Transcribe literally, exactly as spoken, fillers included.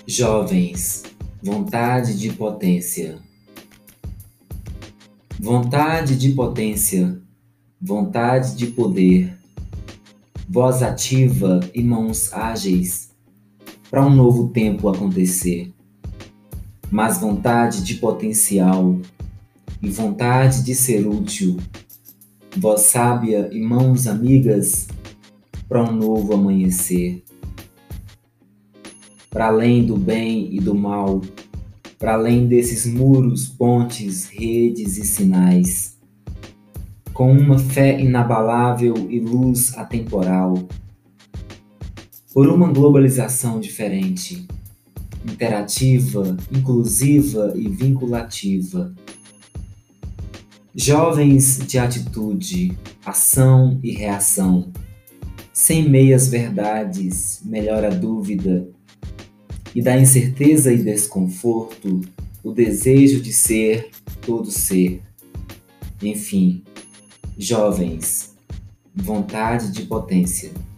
Jovens, vontade de potência. Vontade de potência, vontade de poder, voz ativa e mãos ágeis para um novo tempo acontecer. Mas vontade de potencial e vontade de ser útil, voz sábia e mãos amigas para um novo amanhecer. Para além do bem e do mal, para além desses muros, pontes, redes e sinais, com uma fé inabalável e luz atemporal, por uma globalização diferente, interativa, inclusiva e vinculativa. Jovens de atitude, ação e reação, sem meias verdades, melhor a dúvida, e da incerteza e desconforto, o desejo de ser todo ser. Enfim, jovens, vontade de potência.